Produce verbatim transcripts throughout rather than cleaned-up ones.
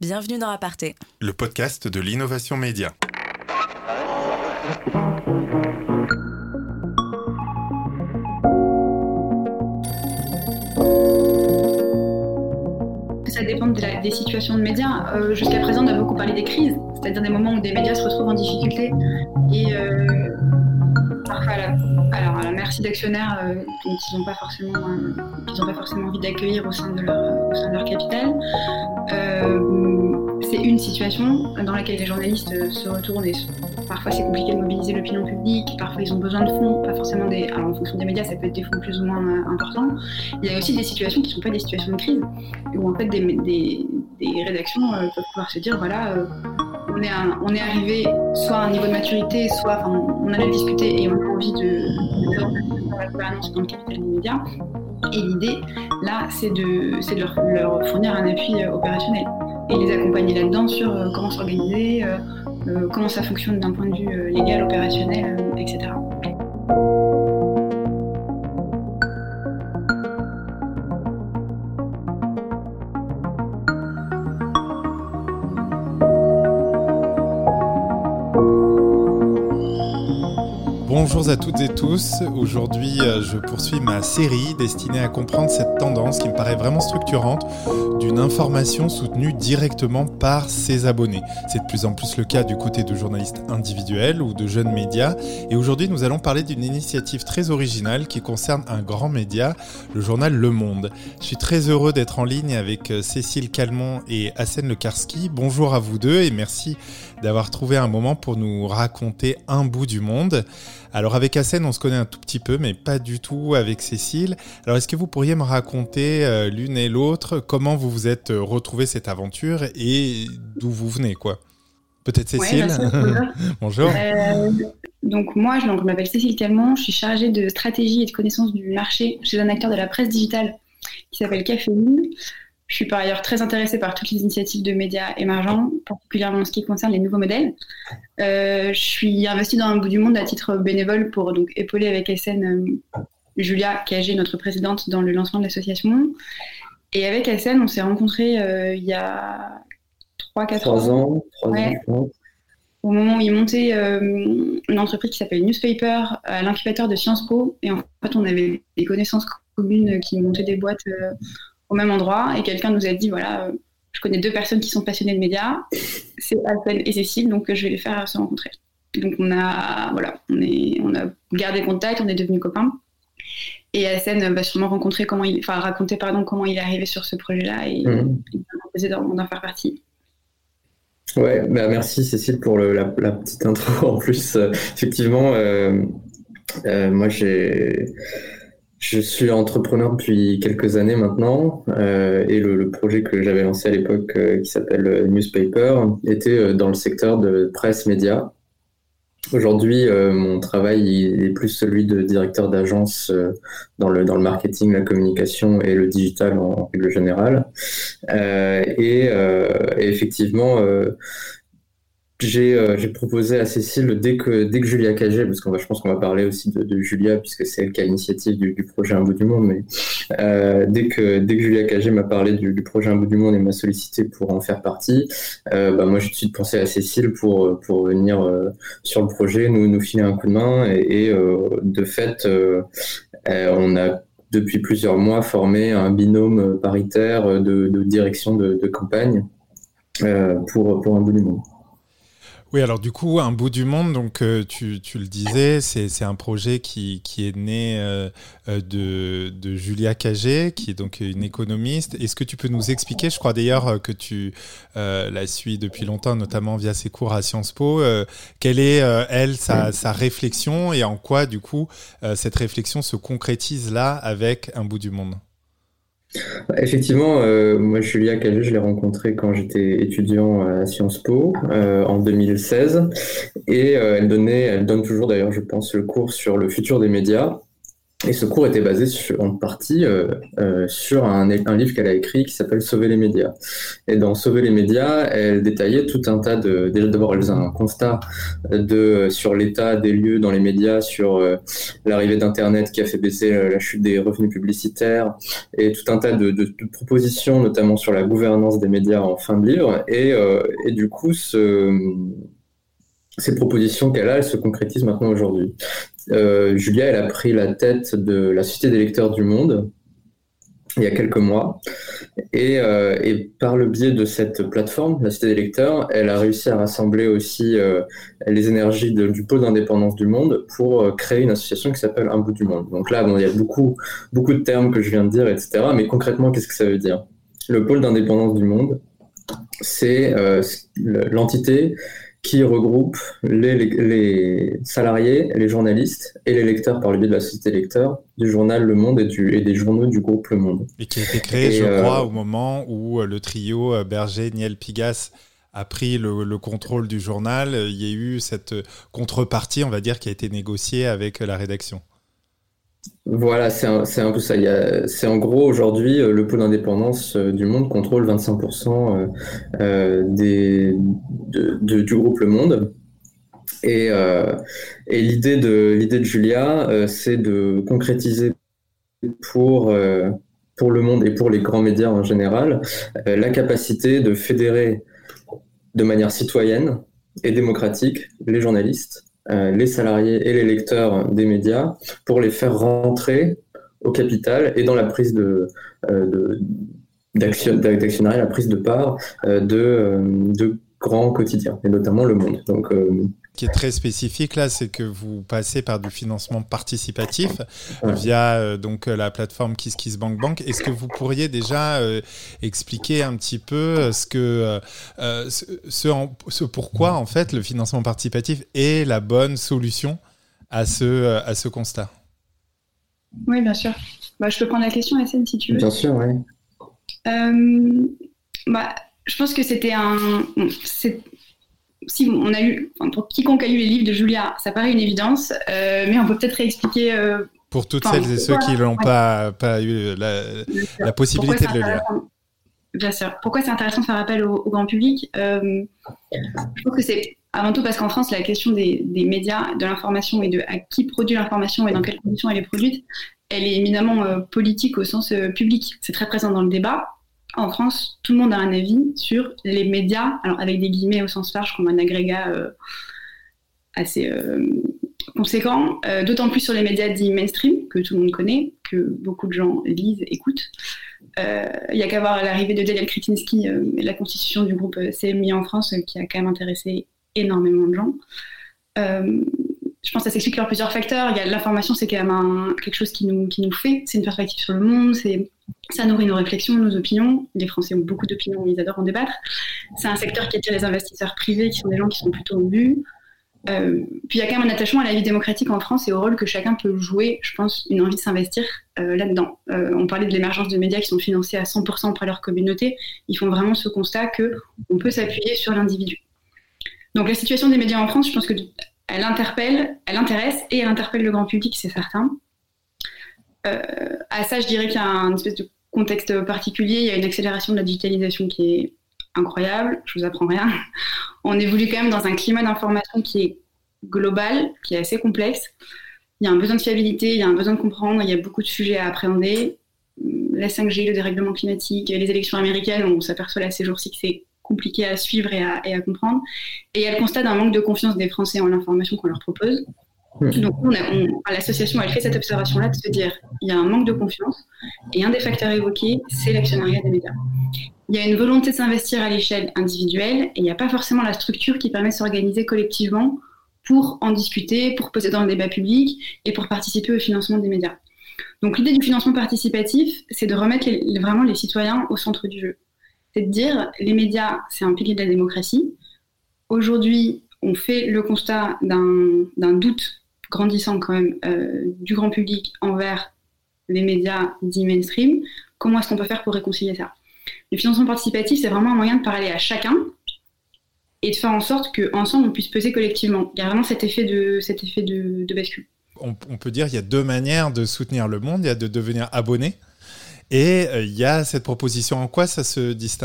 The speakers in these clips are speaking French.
Bienvenue dans Aparté, le podcast de l'innovation média. Ça dépend de la, des situations de médias. Euh, jusqu'à présent, on a beaucoup parlé des crises, c'est-à-dire des moments où des médias se retrouvent en difficulté et euh, parfois à la, alors à la merci d'actionnaires euh, dont ils n'ont pas forcément, euh, qu'ils n'ont pas forcément envie d'accueillir au sein de leur, au sein de leur capital. Euh, c'est une situation dans laquelle les journalistes se retournent et parfois c'est compliqué de mobiliser l'opinion publique, parfois ils ont besoin de fonds, pas forcément des... Alors en fonction des médias, ça peut être des fonds plus ou moins euh, importants. Il y a aussi des situations qui ne sont pas des situations de crise, où en fait des, des, des rédactions euh, peuvent pouvoir se dire, voilà, euh, on, est un, on est arrivé soit à un niveau de maturité, soit enfin, on en a discuté et on a envie de, de faire la gouvernance dans le capital des médias. Et l'idée, là, c'est de, c'est de leur, leur fournir un appui euh, opérationnel et les accompagner là-dedans sur euh, comment s'organiser, euh, euh, comment ça fonctionne d'un point de vue euh, légal, opérationnel, euh, et cetera. Bonjour à toutes et tous, aujourd'hui je poursuis ma série destinée à comprendre cette tendance qui me paraît vraiment structurante d'une information soutenue directement par ses abonnés. C'est de plus en plus le cas du côté de journalistes individuels ou de jeunes médias et aujourd'hui nous allons parler d'une initiative très originale qui concerne un grand média, le journal Le Monde. Je suis très heureux d'être en ligne avec Cécile Calmont et Hassen Lekarski. Bonjour à vous deux et merci d'avoir trouvé un moment pour nous raconter un bout du monde. Alors avec Hassen, on se connaît un tout petit peu, mais pas du tout avec Cécile. Alors est-ce que vous pourriez me raconter euh, l'une et l'autre comment vous vous êtes retrouvés cette aventure et d'où vous venez, quoi? Peut-être Cécile. Ouais, Bonjour. Euh, donc moi, je, donc, je m'appelle Cécile Calmont, je suis chargée de stratégie et de connaissance du marché chez un acteur de la presse digitale qui s'appelle Caféine. Je suis par ailleurs très intéressée par toutes les initiatives de médias émergents, particulièrement en ce qui concerne les nouveaux modèles. Euh, je suis investie dans un bout du monde à titre bénévole pour donc épauler avec Hassen euh, Julia Cagé, notre présidente, dans le lancement de l'association. Et avec Hassen, on s'est rencontrés euh, il y a trois quatre ans. trois ans, trois ouais, ans. Au moment où il montait euh, une entreprise qui s'appelle Newspaper à l'incubateur de Sciences Po. Et en fait, on avait des connaissances communes qui montaient des boîtes euh, au même endroit. Et quelqu'un nous a dit, voilà, euh, je connais deux personnes qui sont passionnées de médias, c'est Hassen et Cécile, donc je vais les faire se rencontrer. Donc on a, voilà, on, est, on a gardé contact, on est devenus copains. Et Hassen va sûrement rencontrer comment il, enfin, raconter pardon, comment il est arrivé sur ce projet-là et mmh. il m'a proposé d'en, d'en faire partie. Ouais, bah merci Cécile pour le, la, la petite intro en plus. Euh, effectivement, euh, euh, moi j'ai... Je suis entrepreneur depuis quelques années maintenant euh, et le, le projet que j'avais lancé à l'époque euh, qui s'appelle Newspaper était euh, dans le secteur de presse média. Aujourd'hui, euh, mon travail est plus celui de directeur d'agence euh, dans le dans le marketing, la communication et le digital en, en règle générale. Euh, et, euh, et effectivement, euh, J'ai, euh, j'ai proposé à Cécile dès que dès que Julia Cagé, parce qu'on va, je pense qu'on va parler aussi de, de Julia puisque c'est elle qui a l'initiative du, du projet Un bout du monde, mais euh, dès que dès que Julia Cagé m'a parlé du, du projet Un bout du monde et m'a sollicité pour en faire partie, euh, bah moi j'ai tout de suite pensé à Cécile pour pour venir euh, sur le projet, nous nous filer un coup de main et, et euh, de fait euh, euh, on a depuis plusieurs mois formé un binôme paritaire de, de direction de, de campagne euh, pour pour Un bout du monde. Oui, alors du coup, Un bout du monde, donc euh, tu, tu le disais, c'est, c'est un projet qui, qui est né euh, de, de Julia Cagé, qui est donc une économiste. Est-ce que tu peux nous expliquer, je crois d'ailleurs que tu euh, la suis depuis longtemps, notamment via ses cours à Sciences Po, euh, quelle est, euh, elle, sa, sa réflexion et en quoi, du coup, euh, cette réflexion se concrétise là avec Un bout du monde ? Effectivement, euh, moi Julia Cagé, je l'ai rencontrée quand j'étais étudiant à Sciences Po euh, en deux mille seize et euh, elle donnait, elle donne toujours d'ailleurs, je pense, le cours sur le futur des médias. Et ce cours était basé sur, en partie euh, euh, sur un, un livre qu'elle a écrit qui s'appelle Sauver les médias. Et dans Sauver les médias, elle détaillait tout un tas de... Déjà d'abord, elle faisait un constat de, sur l'état des lieux dans les médias, sur euh, l'arrivée d'Internet qui a fait baisser la chute des revenus publicitaires, et tout un tas de, de, de propositions, notamment sur la gouvernance des médias en fin de livre. Et, euh, et du coup, ce, ces propositions qu'elle a, elles se concrétisent maintenant aujourd'hui. Euh, Julia, elle a pris la tête de la Société des lecteurs du Monde il y a quelques mois et, euh, et par le biais de cette plateforme, la Société des lecteurs, elle a réussi à rassembler aussi euh, les énergies de, du pôle d'indépendance du Monde pour euh, créer une association qui s'appelle Un bout du monde. Donc là, bon, il y a beaucoup, beaucoup de termes que je viens de dire, et cetera. Mais concrètement, qu'est-ce que ça veut dire ? Le pôle d'indépendance du Monde, c'est euh, l'entité qui regroupe les, les, les salariés, les journalistes et les lecteurs par le biais de la société lecteur du journal Le Monde et, du, et des journaux du groupe Le Monde. Et qui a été créé, et je euh... crois, au moment où le trio Berger, Niel, Pigas a pris le, le contrôle du journal. Il y a eu cette contrepartie, on va dire, qui a été négociée avec la rédaction. Voilà, c'est un, c'est un peu ça. Il y a, c'est en gros, aujourd'hui, le pôle d'indépendance du Monde contrôle vingt-cinq pour cent euh, des, de, de, du groupe Le Monde. Et, euh, et l'idée de, l'idée de Julia, euh, c'est de concrétiser pour, euh, pour Le Monde et pour les grands médias en général, euh, la capacité de fédérer de manière citoyenne et démocratique les journalistes, Euh, les salariés et les lecteurs des médias pour les faire rentrer au capital et dans la prise de, euh, de, d'action, d'actionnariat, la prise de part euh, de, euh, de grands quotidiens, et notamment Le Monde. Donc, euh, Ce qui est très spécifique là, c'est que vous passez par du financement participatif ouais. via euh, donc la plateforme KissKissBankBank. Est-ce que vous pourriez déjà euh, expliquer un petit peu ce que euh, ce, ce, en, ce pourquoi en fait le financement participatif est la bonne solution à ce à ce constat? Oui, bien sûr. Bah, je peux prendre la question, Essène, si tu veux. Bien sûr, oui. Euh, bah, je pense que c'était un. C'est... Si on a lu, enfin, pour quiconque a lu les livres de Julia, ça paraît une évidence, euh, mais on peut peut-être réexpliquer. Euh, pour toutes celles et ceux qui n'ont ouais. pas, pas eu la, la possibilité de le lire. Bien sûr. Pourquoi c'est intéressant de faire appel au, au grand public euh, Je pense que c'est avant tout parce qu'en France, la question des, des médias, de l'information et de à qui produit l'information et dans quelles conditions elle est produite, elle est éminemment euh, politique au sens euh, public. C'est très présent dans le débat. En France, tout le monde a un avis sur les médias, alors avec des guillemets au sens large, comme un agrégat euh, assez euh, conséquent, euh, d'autant plus sur les médias dits mainstream, que tout le monde connaît, que beaucoup de gens lisent, écoutent. Il euh, n'y a qu'à voir l'arrivée de Daniel Kretinsky euh, et la constitution du groupe C M I en France, euh, qui a quand même intéressé énormément de gens. Euh, je pense que ça s'explique par plusieurs facteurs. Il y a l'information, c'est quand même un, quelque chose qui nous, qui nous fait, c'est une perspective sur le monde, c'est... ça nourrit nos réflexions, nos opinions. Les Français ont beaucoup d'opinions, ils adorent en débattre. C'est un secteur qui attire les investisseurs privés, qui sont des gens qui sont plutôt au but. Euh, puis il y a quand même un attachement à la vie démocratique en France et au rôle que chacun peut jouer, je pense, une envie de s'investir euh, là-dedans. Euh, on parlait de l'émergence de médias qui sont financés à cent pour cent par leur communauté. Ils font vraiment ce constat qu'on peut s'appuyer sur l'individu. Donc la situation des médias en France, je pense qu'elle interpelle, elle intéresse et elle interpelle le grand public, c'est certain. Euh, à ça, je dirais qu'il y a un espèce de contexte particulier. Il y a une accélération de la digitalisation qui est incroyable. Je vous apprends rien. On évolue quand même dans un climat d'information qui est global, qui est assez complexe. Il y a un besoin de fiabilité, il y a un besoin de comprendre. Il y a beaucoup de sujets à appréhender. La cinq G, le dérèglement climatique, les élections américaines, on s'aperçoit là ces jours-ci que c'est compliqué à suivre et à, et à comprendre. Et il y a le constat d'un manque de confiance des Français en l'information qu'on leur propose. Donc, on a, on, l'association, elle fait cette observation-là de se dire il y a un manque de confiance et un des facteurs évoqués, c'est l'actionnariat des médias. Il y a une volonté de s'investir à l'échelle individuelle et il n'y a pas forcément la structure qui permet de s'organiser collectivement pour en discuter, pour poser dans le débat public et pour participer au financement des médias. Donc, l'idée du financement participatif, c'est de remettre les, vraiment les citoyens au centre du jeu. C'est de dire les médias, c'est un pilier de la démocratie. Aujourd'hui, on fait le constat d'un, d'un doute grandissant quand même euh, du grand public envers les médias dits mainstream. Comment est-ce qu'on peut faire pour réconcilier ça ? Le financement participatif, c'est vraiment un moyen de parler à chacun et de faire en sorte qu'ensemble, on puisse peser collectivement. Il y a vraiment cet effet de, cet effet de, de bascule. on, on peut dire qu'il y a deux manières de soutenir Le Monde. Il y a de devenir abonné et euh, il y a cette proposition. En quoi ça se distingue ?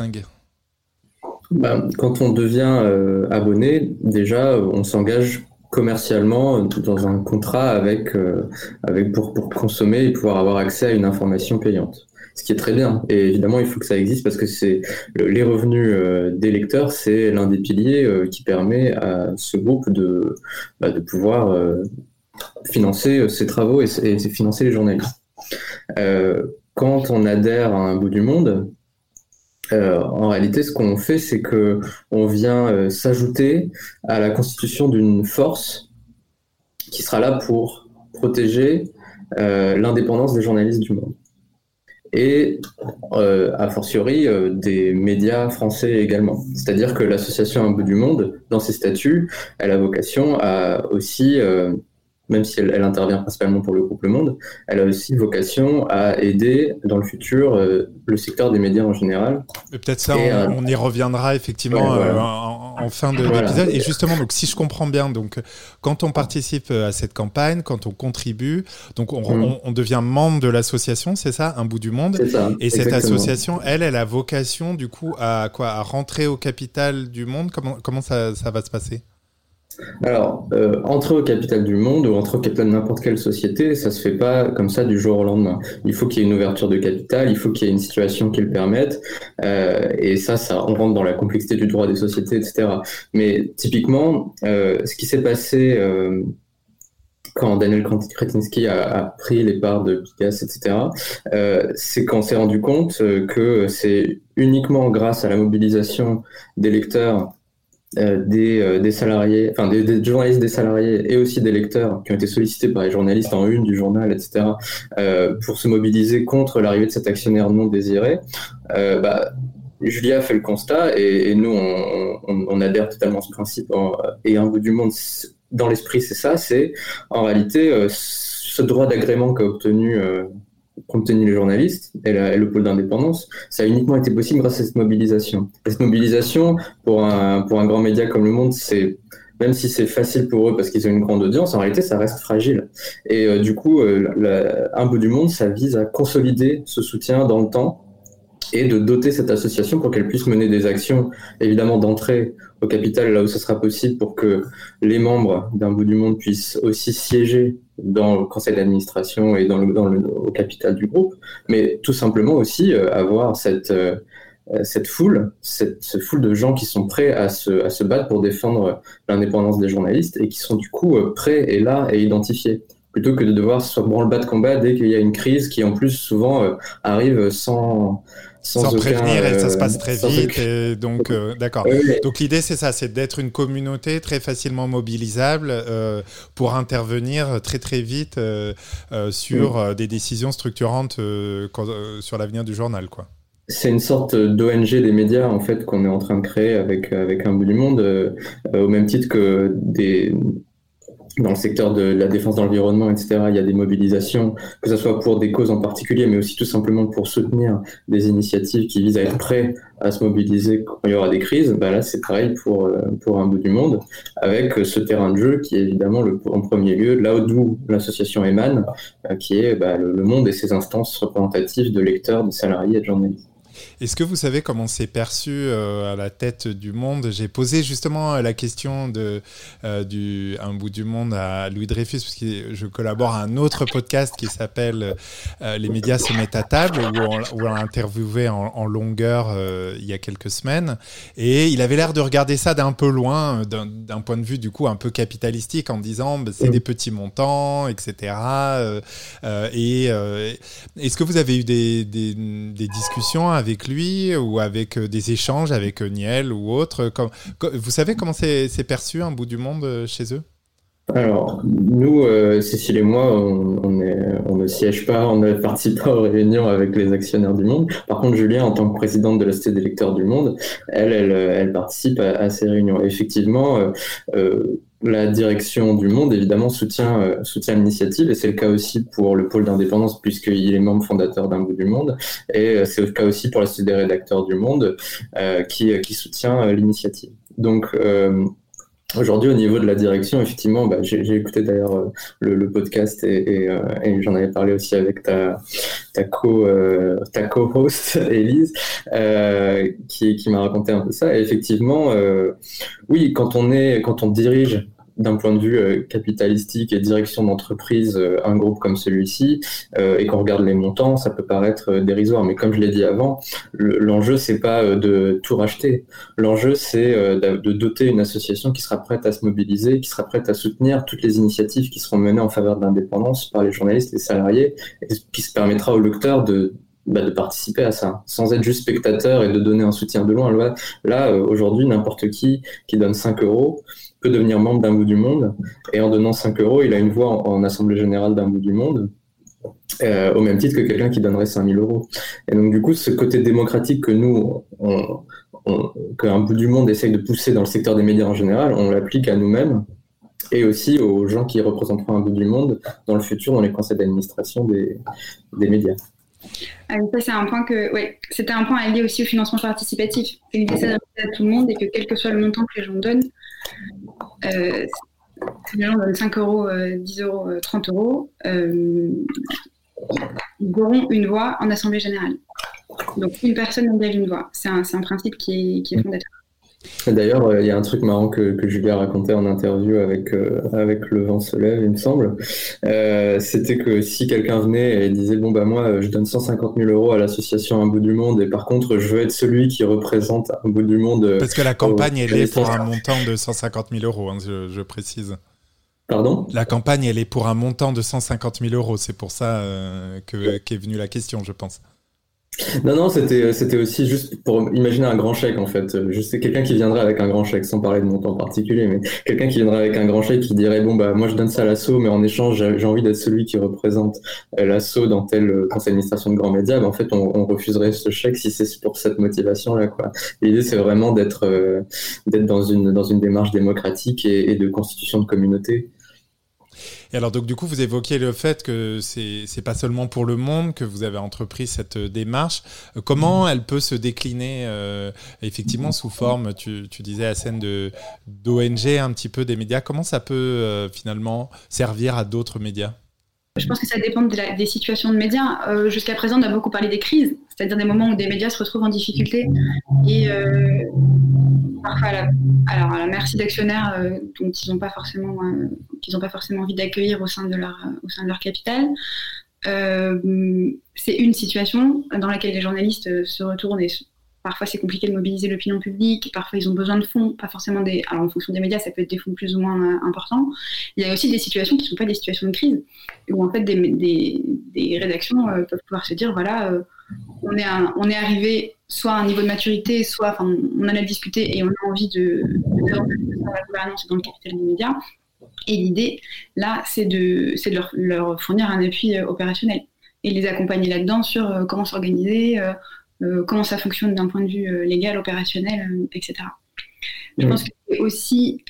Bah, quand on devient euh, abonné, déjà, on s'engage commercialement dans un contrat avec, euh, avec pour, pour consommer et pouvoir avoir accès à une information payante. Ce qui est très bien. Et évidemment, il faut que ça existe parce que c'est le, les revenus euh, des lecteurs, c'est l'un des piliers euh, qui permet à ce groupe de, bah, de pouvoir euh, financer ses travaux et, et financer les journalistes. Euh, quand on adhère à Un bout du monde, Euh, en réalité, ce qu'on fait, c'est que on vient euh, s'ajouter à la constitution d'une force qui sera là pour protéger euh, l'indépendance des journalistes du monde. Et euh, a fortiori euh, des médias français également. C'est-à-dire que l'association Un bout du monde, dans ses statuts, elle a vocation à aussi... Euh, même si elle, elle intervient principalement pour le groupe Le Monde, elle a aussi vocation à aider dans le futur euh, le secteur des médias en général. Et peut-être ça, et, on, euh, on y reviendra effectivement ouais, voilà. euh, en, en fin de voilà. l'épisode. Et justement, donc, si je comprends bien, donc, quand on participe à cette campagne, quand on contribue, donc on, mmh. on, on devient membre de l'association, c'est ça, Un bout du monde. C'est ça, et cette exactement. association, elle, elle a vocation du coup à quoi, à rentrer au capital du monde. Comment, comment ça, ça va se passer ? Alors, euh, entrer au capital du monde ou entrer au capital de n'importe quelle société, ça se fait pas comme ça du jour au lendemain. Il faut qu'il y ait une ouverture de capital, il faut qu'il y ait une situation qui le permette, euh, et ça, ça, on rentre dans la complexité du droit des sociétés, et cetera. Mais typiquement, euh, ce qui s'est passé euh, quand Daniel Kretinsky a, a pris les parts de Pigasse, et cetera, euh, c'est qu'on s'est rendu compte que c'est uniquement grâce à la mobilisation des lecteurs, Euh, des, euh, des salariés, enfin des, des journalistes, des salariés et aussi des lecteurs qui ont été sollicités par les journalistes en une du journal, et cetera, euh, pour se mobiliser contre l'arrivée de cet actionnaire non désiré. Euh, bah, Julia a fait le constat et, et nous on, on, on adhère totalement à ce principe. En, et Un bout du monde, dans l'esprit, c'est ça, c'est en réalité euh, ce droit d'agrément qu'a obtenu euh, qu'ont obtenu les journalistes et, la, et le pôle d'indépendance, ça a uniquement été possible grâce à cette mobilisation. Et cette mobilisation, pour un, pour un grand média comme Le Monde, c'est, même si c'est facile pour eux parce qu'ils ont une grande audience, en réalité, ça reste fragile. Et euh, du coup, euh, la, Un bout du monde, ça vise à consolider ce soutien dans le temps et de doter cette association pour qu'elle puisse mener des actions, évidemment, d'entrée au capital là où ce sera possible pour que les membres d'Un bout du monde puissent aussi siéger dans le conseil d'administration et dans le, dans le, au capital du groupe, mais tout simplement aussi euh, avoir cette, euh, cette foule, cette, cette foule de gens qui sont prêts à se, à se battre pour défendre l'indépendance des journalistes et qui sont du coup euh, prêts et là et identifiés, plutôt que de devoir se branle-bas de combat dès qu'il y a une crise qui en plus souvent euh, arrive sans... Sans, sans aucun, prévenir et ça se passe très vite et donc euh, d'accord. Oui, oui. Donc l'idée c'est ça, c'est d'être une communauté très facilement mobilisable euh, pour intervenir très très vite euh, euh, sur oui. euh, des décisions structurantes euh, quand, euh, sur l'avenir du journal, quoi. C'est une sorte d'O N G des médias en fait qu'on est en train de créer avec avec Un bout du monde, euh, au même titre que des dans le secteur de la défense de l'environnement, et cetera, il y a des mobilisations, que ce soit pour des causes en particulier, mais aussi tout simplement pour soutenir des initiatives qui visent à être prêts à se mobiliser quand il y aura des crises. Bah là, c'est pareil pour, pour Un bout du monde, avec ce terrain de jeu qui est évidemment le, en premier lieu, là d'où l'association émane, qui est bah, le, le monde et ses instances représentatives de lecteurs, de salariés et de journalistes. Est-ce que vous savez comment c'est perçu euh, à la tête du Monde ? J'ai posé justement la question de, euh, du Un bout du monde à Louis Dreyfus, parce que je collabore à un autre podcast qui s'appelle euh, Les médias se mettent à table, où on, où on l'a interviewé en, en longueur euh, il y a quelques semaines. Et il avait l'air de regarder ça d'un peu loin, d'un, d'un point de vue du coup un peu capitalistique, en disant bah, c'est des petits montants, et cetera. Euh, euh, et euh, est-ce que vous avez eu des, des, des discussions avec avec lui ou avec des échanges avec Niel ou autre. Comme, vous savez comment c'est, c'est perçu Un bout du monde chez eux ? Alors, nous, euh, Cécile et moi, on, on, est, on ne siège pas, on ne participe pas aux réunions avec les actionnaires du Monde. Par contre, Julien, en tant que présidente de la Cité des lecteurs du Monde, elle, elle, elle participe à, à ces réunions. Et effectivement, euh, euh, la direction du Monde, évidemment, soutient, euh, soutient l'initiative, et c'est le cas aussi pour le pôle d'indépendance, puisqu'il est membre fondateur d'Un bout du monde, et euh, c'est le cas aussi pour la Société des rédacteurs du Monde, euh, qui, qui soutient euh, l'initiative. Donc, euh, Aujourd'hui, au niveau de la direction, effectivement, bah, j'ai, j'ai écouté d'ailleurs euh, le, le podcast et, et, euh, et j'en avais parlé aussi avec ta, ta, co, euh, ta co-host, Élise, euh, qui, qui m'a raconté un peu ça. Et effectivement, euh, oui, quand on est, quand on dirige d'un point de vue euh, capitalistique et direction d'entreprise, euh, un groupe comme celui-ci, euh, et qu'on regarde les montants, ça peut paraître euh, dérisoire. Mais comme je l'ai dit avant, le, l'enjeu, c'est pas euh, de tout racheter. L'enjeu, c'est euh, de, de doter une association qui sera prête à se mobiliser, qui sera prête à soutenir toutes les initiatives qui seront menées en faveur de l'indépendance par les journalistes, les salariés, et qui se permettra aux lecteurs de Bah de participer à ça, sans être juste spectateur et de donner un soutien de loin. Là, là euh, aujourd'hui, n'importe qui qui donne cinq euros peut devenir membre d'un bout du monde, et en donnant cinq euros, il a une voix en, en assemblée générale d'un bout du monde, euh, au même titre que quelqu'un qui donnerait cinq mille euros. Et donc, du coup, ce côté démocratique que nous, on, on, qu'un bout du monde essaye de pousser dans le secteur des médias en général, on l'applique à nous-mêmes, et aussi aux gens qui représenteront un bout du monde dans le futur dans les conseils d'administration des, des médias. Ah, ça, c'est un point que, ouais, c'était un point lié aussi au financement participatif. L'idée, c'est d'adresser à tout le monde et que quel que soit le montant que les gens donnent, euh, si les gens donnent cinq euros, euh, dix euros, euh, trente euros, euh, ils auront une voix en assemblée générale. Donc, une personne engage une voix. C'est un, c'est un principe qui est, qui est fondateur. D'ailleurs, il euh, y a un truc marrant que, que Julia racontait en interview avec, euh, avec Le Vent se lève, il me semble. Euh, c'était que si quelqu'un venait et disait « Bon, bah moi, je donne cent cinquante mille euros à l'association Un bout du monde, et par contre, je veux être celui qui représente Un bout du monde… » Parce que la campagne, elle est pour un montant de cent cinquante mille euros, hein, je, je précise. Pardon ? La campagne, elle est pour un montant de cent cinquante mille euros. C'est pour ça euh, que, qu'est venue la question, je pense. Non, non, c'était, c'était aussi juste pour imaginer un grand chèque, en fait. Je sais quelqu'un qui viendrait avec un grand chèque, sans parler de montant particulier, mais quelqu'un qui viendrait avec un grand chèque qui dirait, bon, bah, moi, je donne ça à l'asso, mais en échange, j'ai, j'ai envie d'être celui qui représente l'asso dans tel conseil d'administration de grands médias. Ben, en fait, on, on refuserait ce chèque si c'est pour cette motivation-là, quoi. L'idée, c'est vraiment d'être, euh, d'être dans une, dans une démarche démocratique et, et de constitution de communauté. Et alors donc du coup vous évoquiez le fait que c'est c'est pas seulement pour Le Monde que vous avez entrepris cette démarche. Comment elle peut se décliner euh, effectivement sous forme, tu tu disais Hassen, de d'O N G un petit peu, des médias. Comment ça peut euh, finalement servir à d'autres médias ? Je pense que ça dépend de la, des situations de médias. Euh, jusqu'à présent, on a beaucoup parlé des crises, c'est-à-dire des moments où des médias se retrouvent en difficulté et euh, parfois à la, alors à la merci d'actionnaires euh, dont ils n'ont pas forcément, euh, qu'ils n'ont pas forcément envie d'accueillir au sein de leur, au sein de leur capital. Euh, c'est une situation dans laquelle les journalistes se retournent et parfois c'est compliqué de mobiliser l'opinion publique, parfois ils ont besoin de fonds, pas forcément des… Alors en fonction des médias, ça peut être des fonds plus ou moins euh, importants. Il y a aussi des situations qui ne sont pas des situations de crise, où en fait des, des, des rédactions euh, peuvent pouvoir se dire, voilà, euh, on, est un, on est arrivé soit à un niveau de maturité, soit enfin, on en a discuté et on a envie de, de faire dans la gouvernance et dans le capital des médias. Et l'idée, là, c'est de, c'est de leur, leur fournir un appui euh, opérationnel et les accompagner là-dedans sur euh, comment s'organiser, euh, Euh, comment ça fonctionne d'un point de vue euh, légal, opérationnel, euh, et cetera. Je mmh. pense que c'est aussi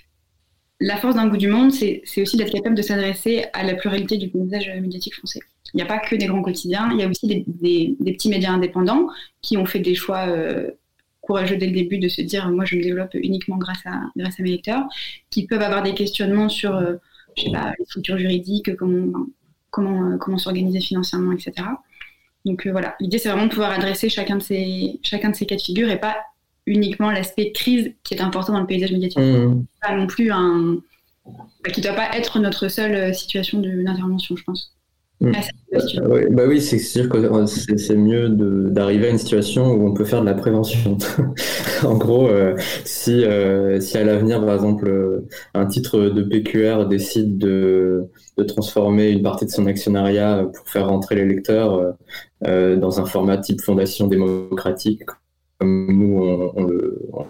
la force d'un bout du monde, c'est, c'est aussi d'être capable de s'adresser à la pluralité du paysage médiatique français. Il n'y a pas que des grands quotidiens, il y a aussi des, des, des petits médias indépendants qui ont fait des choix euh, courageux dès le début de se dire moi je me développe uniquement grâce à, grâce à mes lecteurs, qui peuvent avoir des questionnements sur euh, je sais pas, les structures juridiques, comment, comment, euh, comment s'organiser financièrement, et cetera. Donc euh, voilà, l'idée c'est vraiment de pouvoir adresser chacun de ces, chacun de ces cas de figure et pas uniquement l'aspect crise qui est important dans le paysage médiatique. Mmh. Pas non plus un, qui ne doit pas être notre seule situation de, d'intervention, je pense. Mmh. Ah, oui, bah oui, c'est sûr que c'est, c'est mieux de, d'arriver à une situation où on peut faire de la prévention. En gros, euh, si, euh, si à l'avenir, par exemple, euh, un titre de P Q R décide de, de transformer une partie de son actionnariat pour faire rentrer les lecteurs euh, euh, dans un format type fondation démocratique, comme nous on, on le... On,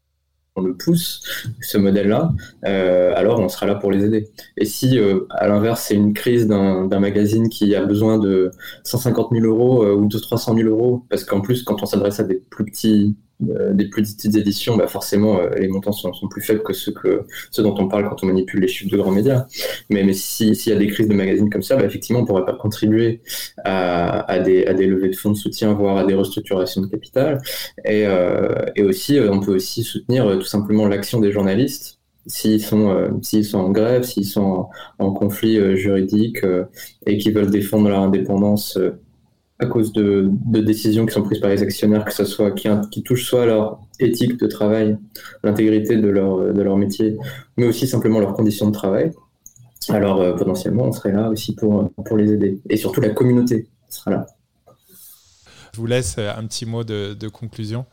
on le pousse, ce modèle-là, euh, alors on sera là pour les aider. Et si, euh, à l'inverse, c'est une crise d'un, d'un magazine qui a besoin de cent cinquante mille euros euh, ou de trois cent mille euros, parce qu'en plus, quand on s'adresse à des plus petits, euh, des plus petites éditions, bah forcément, euh, les montants sont, sont plus faibles que ceux, que ceux dont on parle quand on manipule les chiffres de grands médias. Mais, mais si, s'il y a des crises de magazines comme ça, bah effectivement, on ne pourrait pas contribuer à, à, des, à des levées de fonds de soutien, voire à des restructurations de capital. Et, euh, et aussi, on peut aussi soutenir tout simplement l'action des journalistes s'ils sont, euh, s'ils sont en grève, s'ils sont en, en conflit euh, juridique euh, et qui veulent défendre leur indépendance euh, à cause de, de décisions qui sont prises par les actionnaires, que ce soit qui, qui touchent soit à leur éthique de travail, l'intégrité de leur, de leur métier, mais aussi simplement leurs conditions de travail. Alors euh, potentiellement, on serait là aussi pour, pour les aider. Et surtout, la communauté sera là. Je vous laisse un petit mot de, de conclusion.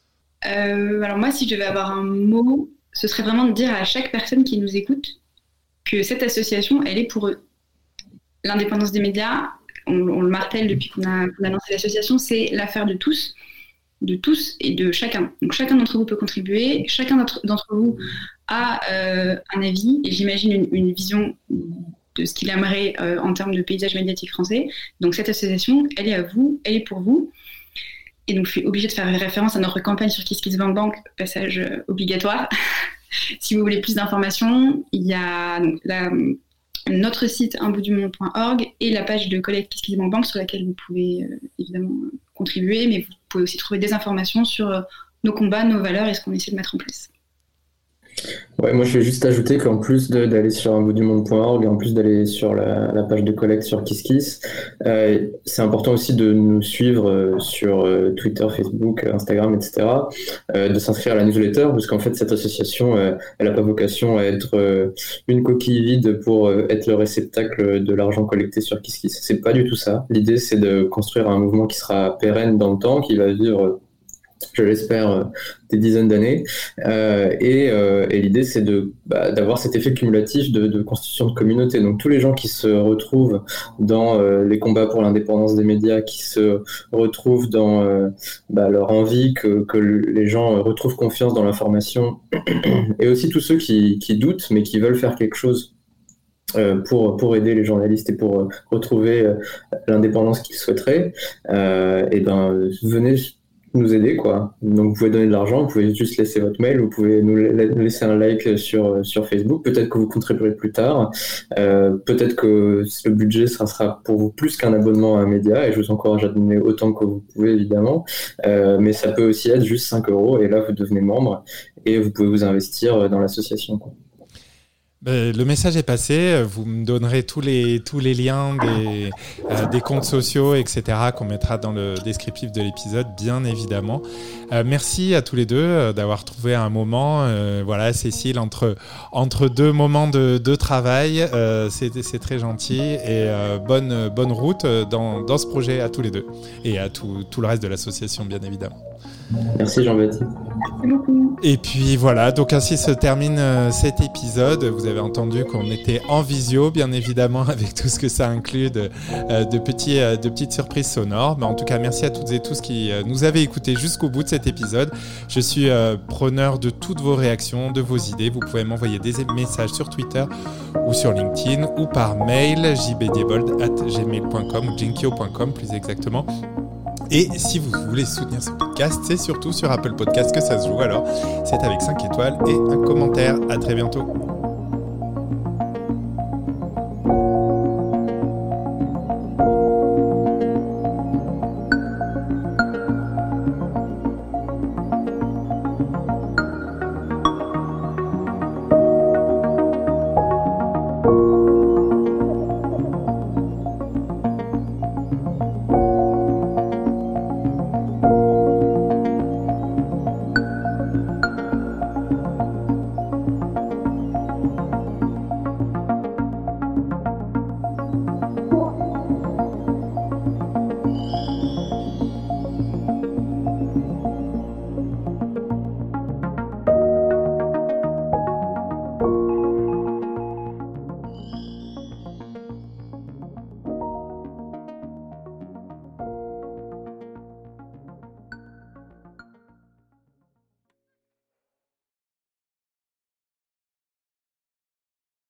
Euh, alors moi, si je devais avoir un mot, ce serait vraiment de dire à chaque personne qui nous écoute que cette association, elle est pour eux. L'indépendance des médias, on, on le martèle depuis qu'on a, qu'on a lancé l'association, c'est l'affaire de tous, de tous et de chacun. Donc chacun d'entre vous peut contribuer, chacun d'entre, d'entre vous a euh, un avis et j'imagine une, une vision de ce qu'il aimerait euh, en termes de paysage médiatique français. Donc cette association, elle est à vous, elle est pour vous. Et donc je suis obligée de faire référence à notre campagne sur KissKissBankBank, passage euh, obligatoire. Si vous voulez plus d'informations, il y a donc, la, notre site un bout du monde point org et la page de collecte KissKissBankBank sur laquelle vous pouvez euh, évidemment contribuer, mais vous pouvez aussi trouver des informations sur euh, nos combats, nos valeurs et ce qu'on essaie de mettre en place. Ouais, moi je vais juste ajouter qu'en plus de, d'aller sur un bout du monde point org et en plus d'aller sur la, la page de collecte sur KissKiss, euh, c'est important aussi de nous suivre euh, sur euh, Twitter, Facebook, Instagram, et cetera, euh, de s'inscrire à la newsletter parce qu'en fait cette association, euh, elle n'a pas vocation à être euh, une coquille vide pour euh, être le réceptacle de l'argent collecté sur KissKiss. C'est pas du tout ça. L'idée c'est de construire un mouvement qui sera pérenne dans le temps, qui va vivre, je l'espère, des dizaines d'années. Euh, et, euh, et l'idée, c'est de, bah, d'avoir cet effet cumulatif de, de constitution de communauté. Donc tous les gens qui se retrouvent dans euh, les combats pour l'indépendance des médias, qui se retrouvent dans euh, bah, leur envie que, que les gens retrouvent confiance dans l'information, et aussi tous ceux qui, qui doutent, mais qui veulent faire quelque chose Euh, pour, pour aider les journalistes et pour euh, retrouver euh, l'indépendance qu'ils souhaiteraient, euh, et ben, venez nous aider, quoi. Donc vous pouvez donner de l'argent, vous pouvez juste laisser votre mail, vous pouvez nous laisser un like sur, sur Facebook, peut-être que vous contribuerez plus tard, euh, peut-être que le budget sera, sera pour vous plus qu'un abonnement à un média, et je vous encourage à donner autant que vous pouvez évidemment, euh, mais ça peut aussi être juste cinq euros, et là vous devenez membre, et vous pouvez vous investir dans l'association, quoi. Le message est passé, vous me donnerez tous les, tous les liens des, euh, des comptes sociaux, et cetera qu'on mettra dans le descriptif de l'épisode, bien évidemment. Euh, merci à tous les deux euh, d'avoir trouvé un moment, euh, voilà, Cécile, entre, entre deux moments de, de travail, euh, c'est, c'est très gentil et euh, bonne, bonne route dans, dans ce projet à tous les deux et à tout, tout le reste de l'association, bien évidemment. Merci Jean-Baptiste. Merci beaucoup. Et puis voilà, donc ainsi se termine euh, cet épisode. Vous avez entendu qu'on était en visio, bien évidemment, avec tout ce que ça inclut de, euh, de, petits, euh, de petites surprises sonores. Mais en tout cas, merci à toutes et tous qui euh, nous avez écoutés jusqu'au bout de cet épisode. Je suis euh, preneur de toutes vos réactions, de vos idées. Vous pouvez m'envoyer des messages sur Twitter ou sur LinkedIn ou par mail jbdiebold arobase gmail point com ou jinkyo point com plus exactement. Et si vous voulez soutenir ce podcast, c'est surtout sur Apple Podcast que ça se joue. Alors, c'est avec cinq étoiles et un commentaire. À très bientôt.